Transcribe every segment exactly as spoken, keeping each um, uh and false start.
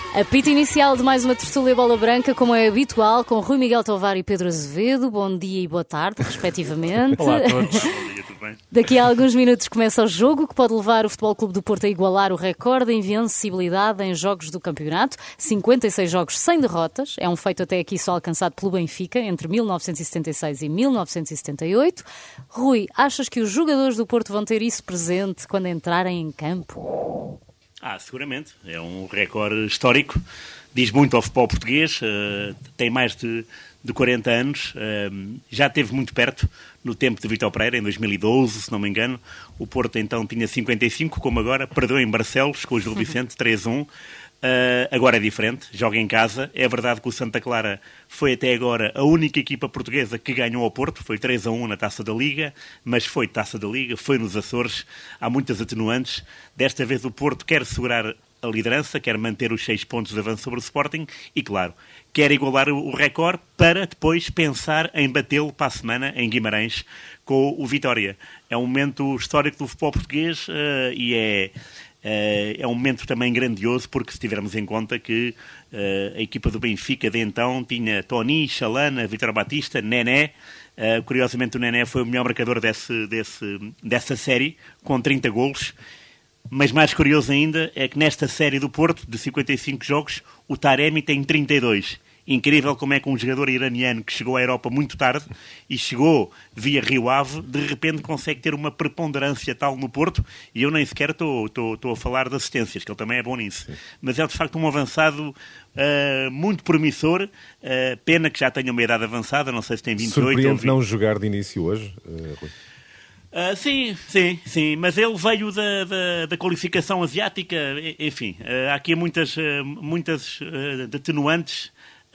Apito inicial de mais uma tertúlia Bola Branca, como é habitual, com Rui Miguel Tovar e Pedro Azevedo. Bom dia e boa tarde, respectivamente. Olá a todos. Bom dia, tudo bem? Daqui a alguns minutos começa o jogo, que pode levar o Futebol Clube do Porto a igualar o recorde de invencibilidade em jogos do campeonato. cinquenta e seis jogos sem derrotas. É um feito até aqui só alcançado pelo Benfica, entre mil novecentos e setenta e seis e mil novecentos e setenta e oito. Rui, achas que os jogadores do Porto vão ter isso presente quando entrarem em campo? Ah, seguramente. É um recorde histórico. Diz muito ao futebol português. Uh, tem mais de, de quarenta anos. Uh, já esteve muito perto no tempo de Vítor Pereira, em dois mil e doze, se não me engano. O Porto, então, tinha cinquenta e cinco, como agora. Perdeu em Barcelos, com o Gil Vicente, três a um. Uh, agora é diferente, joga em casa. É verdade que o Santa Clara foi até agora a única equipa portuguesa que ganhou ao Porto, foi três a um na Taça da Liga, mas foi Taça da Liga, foi nos Açores, há muitas atenuantes. Desta vez o Porto quer segurar a liderança, quer manter os seis pontos de avanço sobre o Sporting e, claro, quer igualar o recorde para depois pensar em batê-lo para a semana em Guimarães com o Vitória. É um momento histórico do futebol português uh, e é... Uh, é um momento também grandioso, porque se tivermos em conta que uh, a equipa do Benfica de então tinha Toni, Chalana, Vítor Batista, Nené. Uh, curiosamente o Nené foi o melhor marcador desse, desse, dessa série, com trinta golos. Mas mais curioso ainda é que nesta série do Porto, de cinquenta e cinco jogos, o Taremi tem trinta e dois. Incrível como é que um jogador iraniano que chegou à Europa muito tarde e chegou via Rio Ave, de repente consegue ter uma preponderância tal no Porto, e eu nem sequer estou a falar de assistências, que ele também é bom nisso. Sim. Mas é de facto um avançado uh, muito promissor, uh, pena que já tenha uma idade avançada, não sei se tem vinte e oito ou vinte. Surpreende não jogar de início hoje, uh, Rui? Uh, sim, sim, sim, mas ele veio da, da, da qualificação asiática, enfim, uh, há aqui muitas, uh, muitas uh, atenuantes.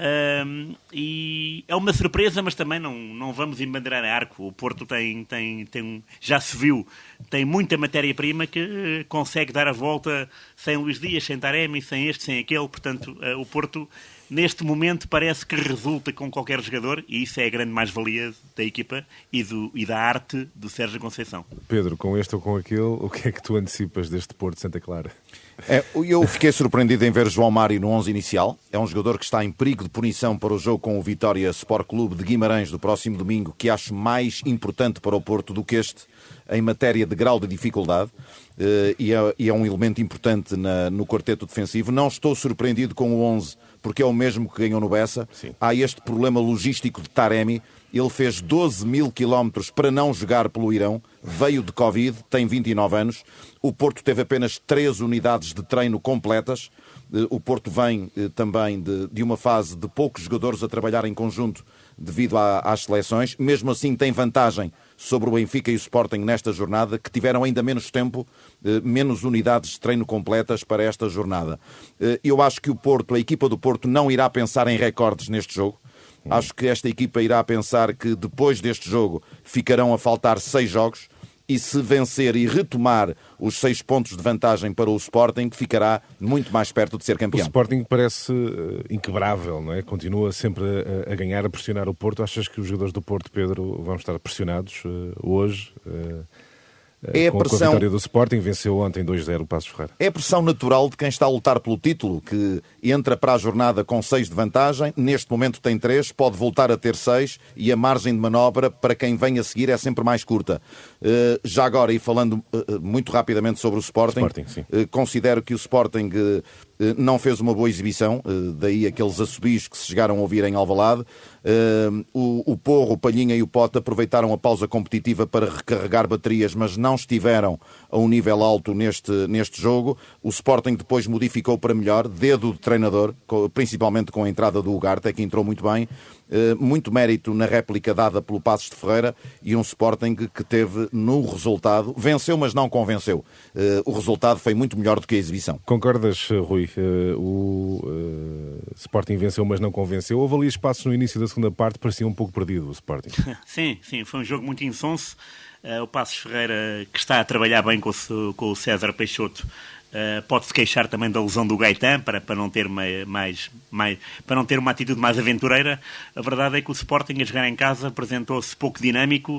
Um, e é uma surpresa, mas também não, não vamos embandeirar a arco. O Porto tem, tem, tem, já se viu, tem muita matéria-prima que uh, consegue dar a volta sem Luís Dias, sem Taremi, sem este, sem aquele. Portanto, uh, o Porto, neste momento, parece que resulta com qualquer jogador, e isso é a grande mais-valia da equipa e, do, e da arte do Sérgio Conceição. Pedro, com este ou com aquele, o que é que tu antecipas deste Porto de Santa Clara? É, eu fiquei surpreendido em ver João Mário no onze inicial. É um jogador que está em perigo de punição para o jogo com o Vitória Sport Clube de Guimarães do próximo domingo, que acho mais importante para o Porto do que este em matéria de grau de dificuldade, uh, e, é, e é um elemento importante na, no quarteto defensivo. Não estou surpreendido com o onze, porque é o mesmo que ganhou no Bessa. Sim. Há este problema logístico de Taremi. Ele fez doze mil quilómetros para não jogar pelo Irão, veio de Covid, tem vinte e nove anos. O Porto teve apenas três unidades de treino completas. O Porto vem também de, de uma fase de poucos jogadores a trabalhar em conjunto devido a, às seleções. Mesmo assim tem vantagem sobre o Benfica e o Sporting nesta jornada, que tiveram ainda menos tempo, menos unidades de treino completas para esta jornada. Eu acho que o Porto, a equipa do Porto, não irá pensar em recordes neste jogo. Acho que esta equipa irá pensar que depois deste jogo ficarão a faltar seis jogos, e se vencer e retomar os seis pontos de vantagem para o Sporting, ficará muito mais perto de ser campeão. O Sporting parece uh, inquebrável, não é? Continua sempre a, a ganhar, a pressionar o Porto. Achas que os jogadores do Porto, Pedro, vão estar pressionados uh, hoje? Uh... É a com, pressão... com a vitória do Sporting, venceu ontem dois a zero o Passos Ferreira. É a pressão natural de quem está a lutar pelo título, que entra para a jornada com seis de vantagem, neste momento tem três, pode voltar a ter seis, e a margem de manobra para quem vem a seguir é sempre mais curta. Uh, já agora, e falando uh, muito rapidamente sobre o Sporting, Sporting uh, considero que o Sporting uh, não fez uma boa exibição, uh, daí aqueles assobios que se chegaram a ouvir em Alvalade. Uh, o, o Porro, o Palhinha e o Pote aproveitaram a pausa competitiva para recarregar baterias, mas não estiveram a um nível alto neste, neste jogo. O Sporting depois modificou para melhor, dedo do treinador, principalmente com a entrada do Ugarte, que entrou muito bem. Uh, muito mérito na réplica dada pelo Passos de Ferreira, e um Sporting que teve no resultado, venceu mas não convenceu. Uh, o resultado foi muito melhor do que a exibição. Concordas, Rui? Uh, o uh, Sporting venceu mas não convenceu. Houve ali espaços no início da segunda parte, parecia um pouco perdido o Sporting. Sim, sim, foi um jogo muito insonso. Uh, o Passos Ferreira, que está a trabalhar bem com o, com o César Peixoto, Uh, pode-se queixar também da lesão do Gaetan para, para, não ter mais, mais, para não ter uma atitude mais aventureira. A verdade é que o Sporting, a jogar em casa, apresentou-se pouco dinâmico, uh,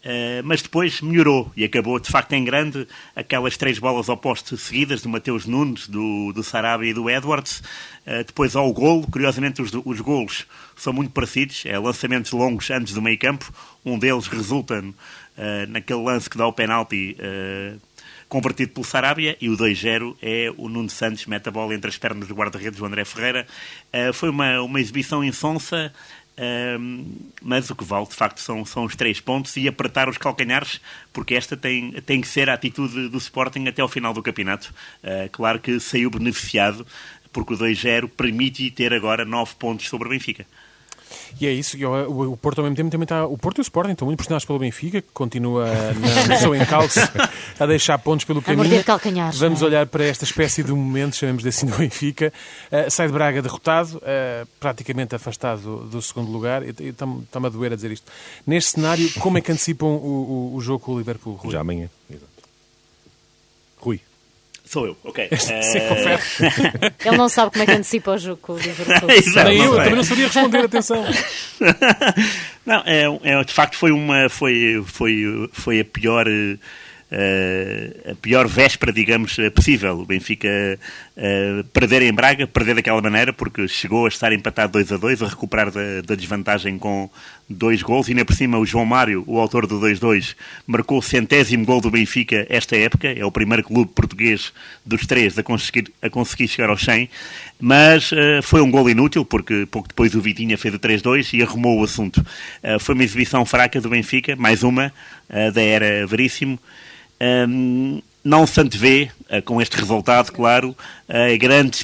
Uh, mas depois melhorou e acabou de facto em grande aquelas três bolas ao poste seguidas do Mateus Nunes, do, do Sarabia e do Edwards. Uh, depois ao golo, curiosamente os, os golos são muito parecidos, é lançamentos longos antes do meio campo, um deles resulta uh, naquele lance que dá o penalti uh, convertido pelo Sarabia, e o dois zero é o Nuno Santos, mete a bola entre as pernas do guarda-redes, o André Ferreira. Uh, foi uma, uma exibição insonsa. Um, mas o que vale de facto são, são os três pontos e apertar os calcanhares, porque esta tem, tem que ser a atitude do Sporting até ao final do campeonato. Uh, claro que saiu beneficiado, porque o dois zero permite ter agora nove pontos sobre o Benfica. E é isso, o Porto ao mesmo tempo também está, o Porto e o Sporting estão muito pressionados pelo Benfica, que continua na, no seu encalço a deixar pontos pelo caminho. A morder calcanhares. Vamos é? olhar para esta espécie de momento, chamemos assim, do Benfica. Uh, sai de Braga derrotado, uh, praticamente afastado do, do segundo lugar. Está-me a doer a dizer isto. Neste cenário, como é que antecipam o, o, o jogo com o Liverpool, Rui? Já amanhã. Exato. Rui. Sou eu, ok. Sim, confere. Ele não sabe como é que antecipa o jogo com o Liverpool. Exato, Nem eu, eu também não sabia responder, atenção. Não, é, é, de facto foi, uma, foi, foi, foi a pior... Uh, a pior véspera, digamos, possível. O Benfica uh, perder em Braga, perder daquela maneira, porque chegou a estar empatado dois a dois, a recuperar da, da desvantagem com dois gols, e ainda por cima o João Mário, o autor do dois dois, marcou o centésimo gol do Benfica esta época. É o primeiro clube português dos três a conseguir, a conseguir chegar aos cem, mas uh, foi um gol inútil, porque pouco depois o Vitinha fez o três dois e arrumou o assunto. Uh, foi uma exibição fraca do Benfica, mais uma, uh, da era Veríssimo. Um, não se antevê, uh, com este resultado, claro, uh, grandes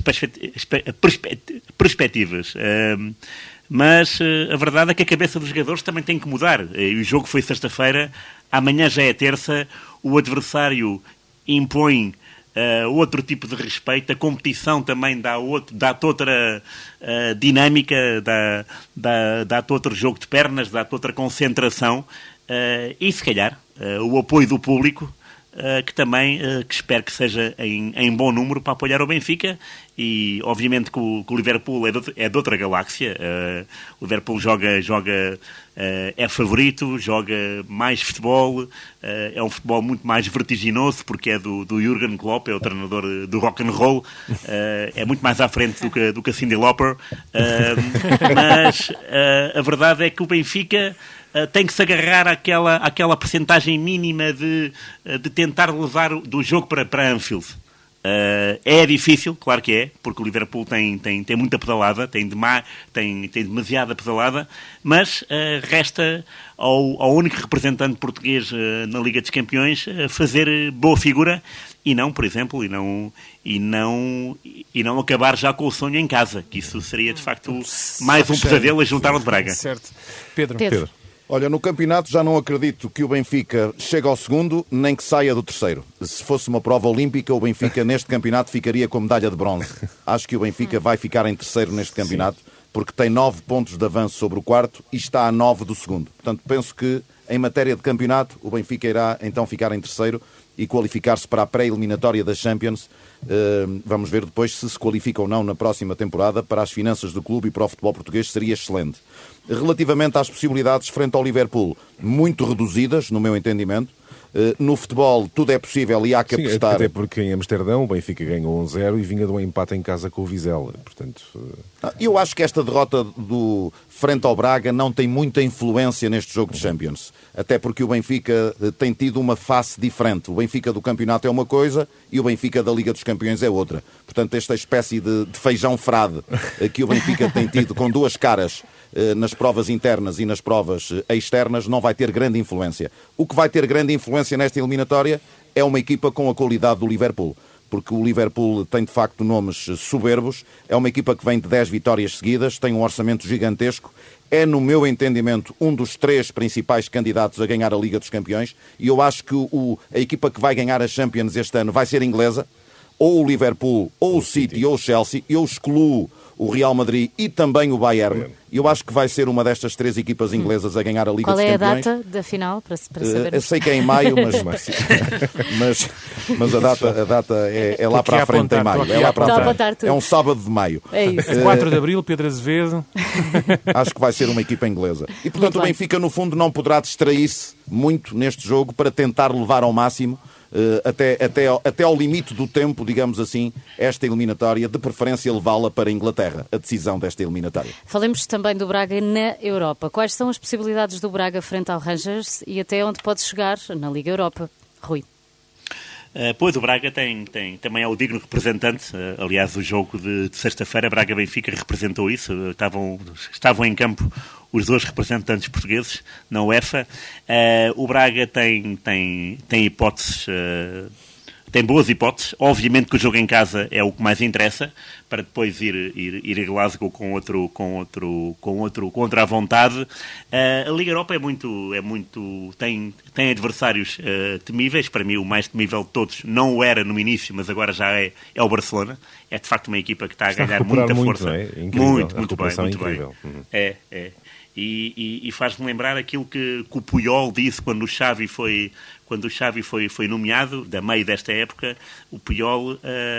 perspectivas. Uh, mas uh, a verdade é que a cabeça dos jogadores também tem que mudar. Uh, o jogo foi sexta-feira, amanhã já é terça, o adversário impõe uh, outro tipo de respeito, a competição também dá outro, dá-te outra uh, dinâmica, dá, dá, dá-te outro jogo de pernas, dá-te outra concentração, uh, e se calhar uh, o apoio do público, Uh, que também uh, que espero que seja em, em bom número para apoiar o Benfica. E obviamente que o, que o Liverpool é de, é de outra galáxia. Uh, o Liverpool joga, joga uh, é favorito, joga mais futebol, uh, é um futebol muito mais vertiginoso, porque é do, do Jürgen Klopp, é o treinador do rock and roll, uh, é muito mais à frente do que, do que a Cyndi Lauper, uh, mas uh, a verdade é que o Benfica Uh, tem que se agarrar àquela, àquela percentagem mínima de, uh, de tentar levar do jogo para, para Anfield. Uh, é difícil, claro que é, porque o Liverpool tem, tem, tem muita pedalada, tem, dema, tem, tem demasiada pedalada, mas uh, resta ao, ao único representante português uh, na Liga dos Campeões uh, fazer boa figura e não, por exemplo, e não, e, não, e não acabar já com o sonho em casa, que isso seria de facto mais um pesadelo a juntar-lo de Braga. Certo. Pedro. Pedro. Pedro. Olha, no campeonato já não acredito que o Benfica chegue ao segundo, nem que saia do terceiro. Se fosse uma prova olímpica, o Benfica neste campeonato ficaria com a medalha de bronze. Acho que o Benfica vai ficar em terceiro neste campeonato, porque tem nove pontos de avanço sobre o quarto e está a nove do segundo. Portanto, penso que em matéria de campeonato, o Benfica irá então ficar em terceiro e qualificar-se para a pré-eliminatória da Champions. Uh, vamos ver depois se se qualifica ou não na próxima temporada. Para as finanças do clube e para o futebol português seria excelente. Relativamente às possibilidades frente ao Liverpool, muito reduzidas, no meu entendimento. Uh, no futebol tudo é possível e há que Sim, apostar. até porque em Amsterdão o Benfica ganhou um zero e vinha de um empate em casa com o Vizela. Portanto, uh... Eu acho que esta derrota do frente ao Braga não tem muita influência neste jogo de Champions. Até porque o Benfica uh, tem tido uma face diferente. O Benfica do campeonato é uma coisa e o Benfica da Liga dos Campeões é outra. Portanto, esta espécie de, de feijão frade uh, que o Benfica tem tido com duas caras nas provas internas e nas provas externas não vai ter grande influência. O que vai ter grande influência nesta eliminatória é uma equipa com a qualidade do Liverpool, porque o Liverpool tem de facto nomes soberbos, é uma equipa que vem de dez vitórias seguidas, tem um orçamento gigantesco, é, no meu entendimento, um dos três principais candidatos a ganhar a Liga dos Campeões, e eu acho que o, a equipa que vai ganhar a Champions este ano vai ser inglesa, ou o Liverpool, ou o City, ou o Chelsea. Eu excluo o Real Madrid e também o Bayern. Eu acho que vai ser uma destas três equipas inglesas a ganhar a Liga Qual dos é Campeões. Qual é a data da final, para, para saber? Uh, eu sei que é em maio, mas, mas, mas a data, a data é, é lá para a frente, em maio. É, lá para a frente. É um sábado de maio. É isso. Uh, quatro de abril, Pedro Azevedo. Acho que vai ser uma equipa inglesa. E, portanto, o Benfica, no fundo, não poderá distrair-se muito neste jogo para tentar levar ao máximo Uh, até, até, até ao limite do tempo, digamos assim, esta eliminatória, de preferência levá-la para a Inglaterra, a decisão desta eliminatória. Falemos também do Braga na Europa. Quais são as possibilidades do Braga frente ao Rangers e até onde pode chegar na Liga Europa? Rui. Uh, pois o Braga tem, tem, também é o digno representante. Uh, aliás, o jogo de, de sexta-feira, Braga-Benfica representou isso. Uh, estavam, estavam em campo os dois representantes portugueses na UEFA. Uh, o Braga tem, tem, tem hipóteses, uh, tem boas hipóteses. Obviamente que o jogo em casa é o que mais interessa, para depois ir, ir, ir a Glasgow com outro, com outro, com outro, contra a vontade. Uh, a Liga Europa é muito, é muito, tem, tem adversários uh, temíveis. Para mim, o mais temível de todos não o era no início, mas agora já é, é o Barcelona. É de facto uma equipa que está a está ganhar a muita muito, força. É? Muito, muito bem, muito incrível. bem. Uhum. É, é. E, e, e faz-me lembrar aquilo que, que o Puyol disse quando o Xavi foi, quando o Xavi foi, foi nomeado, da meio desta época. O Puyol uh,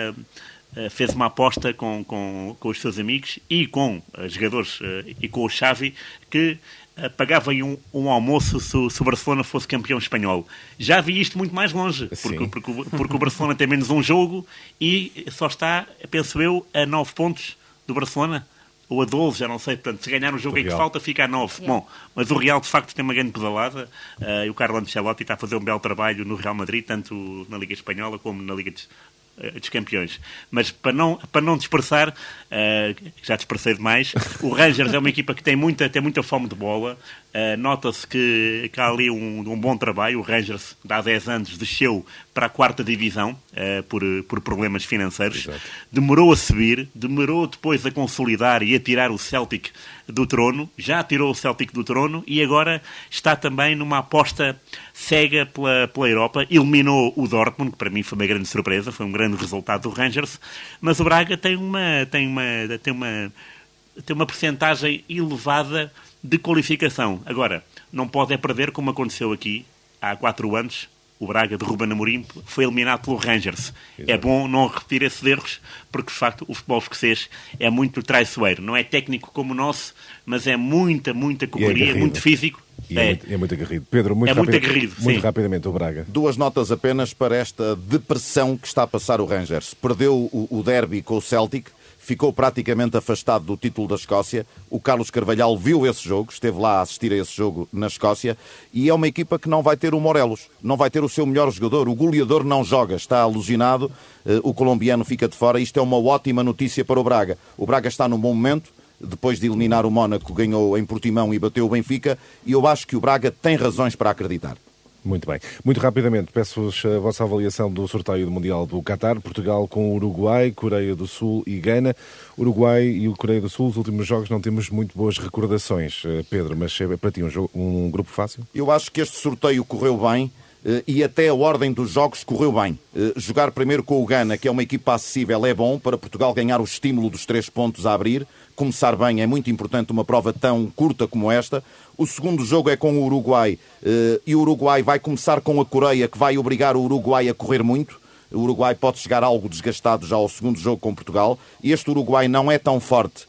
uh, fez uma aposta com, com, com os seus amigos e com uh, jogadores uh, e com o Xavi que uh, pagavam um, um almoço se, se o Barcelona fosse campeão espanhol. Já vi isto muito mais longe, porque, porque, porque o Barcelona tem menos um jogo e só está, penso eu, a nove pontos do Barcelona. Ou a doze, já não sei, portanto, se ganhar um jogo em que falta, fica a nove. Yeah. Bom, mas o Real, de facto, tem uma grande pedalada uh, e o Carlo Ancelotti está a fazer um belo trabalho no Real Madrid, tanto na Liga Espanhola como na Liga dos, uh, dos Campeões. Mas, para não, para não dispersar, uh, já dispersei demais, o Rangers é uma equipa que tem muita, tem muita fome de bola. Uh, nota-se que, que há ali um, um bom trabalho. O Rangers, há dez anos, desceu para a quarta divisão uh, por, por problemas financeiros. Exato. Demorou a subir, demorou depois a consolidar e a tirar o Celtic do trono. Já tirou o Celtic do trono e agora está também numa aposta cega pela, pela Europa. Eliminou o Dortmund, que para mim foi uma grande surpresa, foi um grande resultado do Rangers. Mas o Braga tem uma, tem uma, tem uma, tem uma percentagem elevada de qualificação. Agora, não pode é perder, como aconteceu aqui há quatro anos. O Braga de Ruben Amorim foi eliminado pelo Rangers. Exato. É bom não repetir esses erros, porque de facto o futebol escocês é muito traiçoeiro. Não é técnico como o nosso, mas é muita, muita correria, é muito físico. E é, é, muito, é muito aguerrido. Pedro, muito, é rapid... muito, aguerrido, muito sim. rapidamente o Braga. Duas notas apenas para esta depressão que está a passar o Rangers. Perdeu o, o derby com o Celtic, ficou praticamente afastado do título da Escócia. O Carlos Carvalhal viu esse jogo, esteve lá a assistir a esse jogo na Escócia, e é uma equipa que não vai ter o Morelos, não vai ter o seu melhor jogador. O goleador não joga, está alucinado, o colombiano fica de fora. Isto é uma ótima notícia para o Braga. O Braga está num bom momento, depois de eliminar o Mónaco, ganhou em Portimão e bateu o Benfica, e eu acho que o Braga tem razões para acreditar. Muito bem. Muito rapidamente, peço-vos a vossa avaliação do sorteio do Mundial do Qatar. Portugal com Uruguai, Coreia do Sul e Gana. Uruguai e o Coreia do Sul, os últimos jogos não temos muito boas recordações, Pedro, mas é para ti um, jogo, um grupo fácil? Eu acho que este sorteio correu bem e até a ordem dos jogos correu bem. Jogar primeiro com o Gana, que é uma equipa acessível, é bom para Portugal ganhar o estímulo dos três pontos a abrir. Começar bem é muito importante uma prova tão curta como esta. O segundo jogo é com o Uruguai e o Uruguai vai começar com a Coreia, que vai obrigar o Uruguai a correr muito. O Uruguai pode chegar algo desgastado já ao segundo jogo com Portugal. E este Uruguai não é tão forte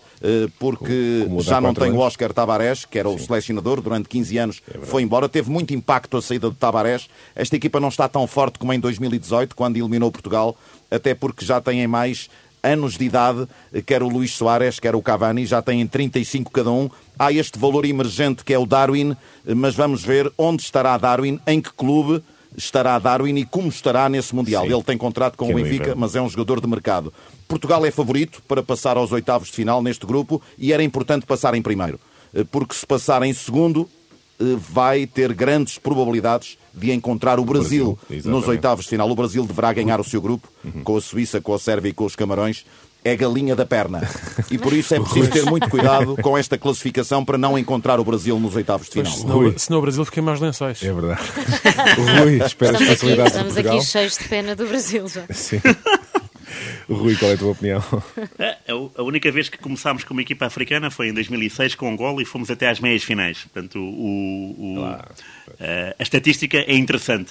porque já não tem o Óscar Tabarés, que era o Sim. selecionador durante quinze anos, é foi embora. Teve muito impacto a saída de Tabarés. Esta equipa não está tão forte como em dois mil e dezoito, quando eliminou Portugal, até porque já têm mais anos de idade, quer o Luís Soares, quer o Cavani, já têm trinta e cinco cada um. Há este valor emergente que é o Darwin, mas vamos ver onde estará Darwin, em que clube estará Darwin e como estará nesse Mundial. Sim. Ele tem contrato com que o Benfica, mas é um jogador de mercado. Portugal é favorito para passar aos oitavos de final neste grupo e era importante passar em primeiro, porque se passar em segundo vai ter grandes probabilidades de encontrar o Brasil, o Brasil nos oitavos de final. O Brasil deverá ganhar o seu grupo, uhum. com a Suíça, com a Sérvia e com os Camarões. É galinha da perna. E por isso é preciso ter muito cuidado com esta classificação para não encontrar o Brasil nos oitavos de final. Pois, senão, senão o Brasil fica em maus lençóis. É verdade. Rui, espero estamos as facilidades aqui, estamos de Portugal. aqui cheios de pena do Brasil já. Sim. Rui, qual é a tua opinião? A única vez que começámos com uma equipa africana foi em dois mil e seis com Angola e fomos até às meias finais. Portanto, o, o, a, a estatística é interessante.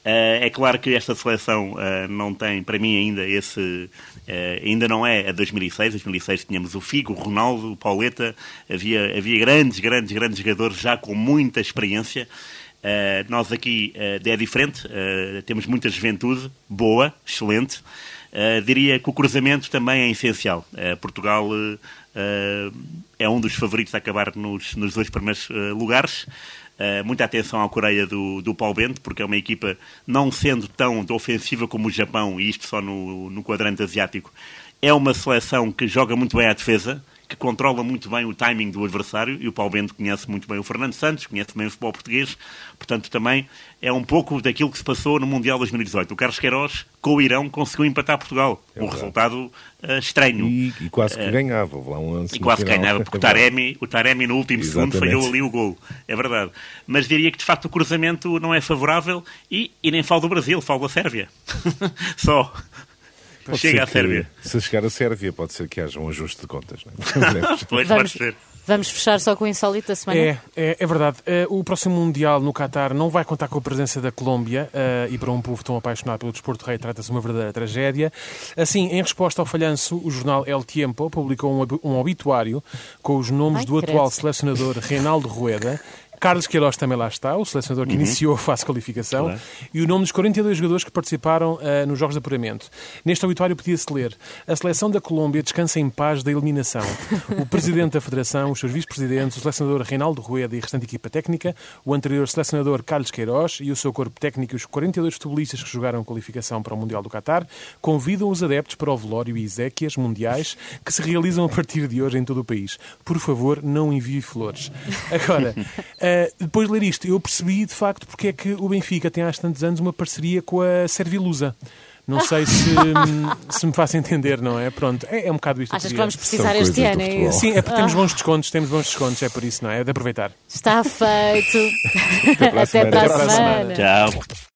É claro que esta seleção não tem, para mim, ainda esse... ainda não é a dois mil e seis. Em dois mil e seis tínhamos o Figo, o Ronaldo, o Pauleta. Havia, havia grandes, grandes, grandes jogadores já com muita experiência. Uh, nós aqui uh, é diferente, uh, temos muita juventude, boa, excelente. Uh, diria que o cruzamento também é essencial. Uh, Portugal uh, uh, é um dos favoritos a acabar nos, nos dois primeiros uh, lugares. Uh, muita atenção à Coreia do, do Paulo Bento, porque é uma equipa não sendo tão ofensiva como o Japão, e isto só no, no quadrante asiático. É uma seleção que joga muito bem à defesa, que controla muito bem o timing do adversário, e o Paulo Bento conhece muito bem o Fernando Santos, conhece bem o futebol português, portanto também é um pouco daquilo que se passou no Mundial dois mil e dezoito. O Carlos Queiroz, com o Irão, conseguiu empatar Portugal, é um resultado uh, estranho. E, e quase que uh, ganhava. Lá um lance e quase que final. ganhava, porque o Taremi, o Taremi no último Exatamente. segundo falhou ali o golo, é verdade. Mas diria que de facto o cruzamento não é favorável, e, e nem falo do Brasil, falo da Sérvia. Só... Pode Chega à que, Sérvia. Se chegar à Sérvia, pode ser que haja um ajuste de contas. Não é? Pois, vamos, pode ser. Vamos fechar só com o insólito da semana? É, é, é verdade. Uh, o próximo Mundial no Qatar não vai contar com a presença da Colômbia, uh, e para um povo tão apaixonado pelo desporto rei trata-se de uma verdadeira tragédia. Assim, em resposta ao falhanço, o jornal El Tiempo publicou um, um obituário com os nomes Ai, do credo. atual selecionador Reinaldo Rueda. Carlos Queiroz também lá está, o selecionador que uhum. iniciou a fase de qualificação, claro. E o nome dos quarenta e dois jogadores que participaram uh, nos jogos de apuramento. Neste obituário podia-se ler: a seleção da Colômbia descansa em paz da eliminação. O presidente da Federação, os seus vice-presidentes, o selecionador Reinaldo Rueda e a restante equipa técnica, o anterior selecionador Carlos Queiroz e o seu corpo técnico e os quarenta e dois futebolistas que jogaram a qualificação para o Mundial do Qatar, convidam os adeptos para o velório e exéquias mundiais que se realizam a partir de hoje em todo o país. Por favor, não envie flores. Agora... Uh, depois de ler isto, eu percebi, de facto, porque é que o Benfica tem há tantos anos uma parceria com a Servilusa. Não sei se, se me faço entender, não é? Pronto, é, é um bocado isto. Achas que vamos precisar São este coisas ano? do É futebol. isso? Sim, é porque temos bons descontos, temos bons descontos, é por isso, não é? É de aproveitar. Está feito. Até para a Até semana. para a Até para a semana. Tchau.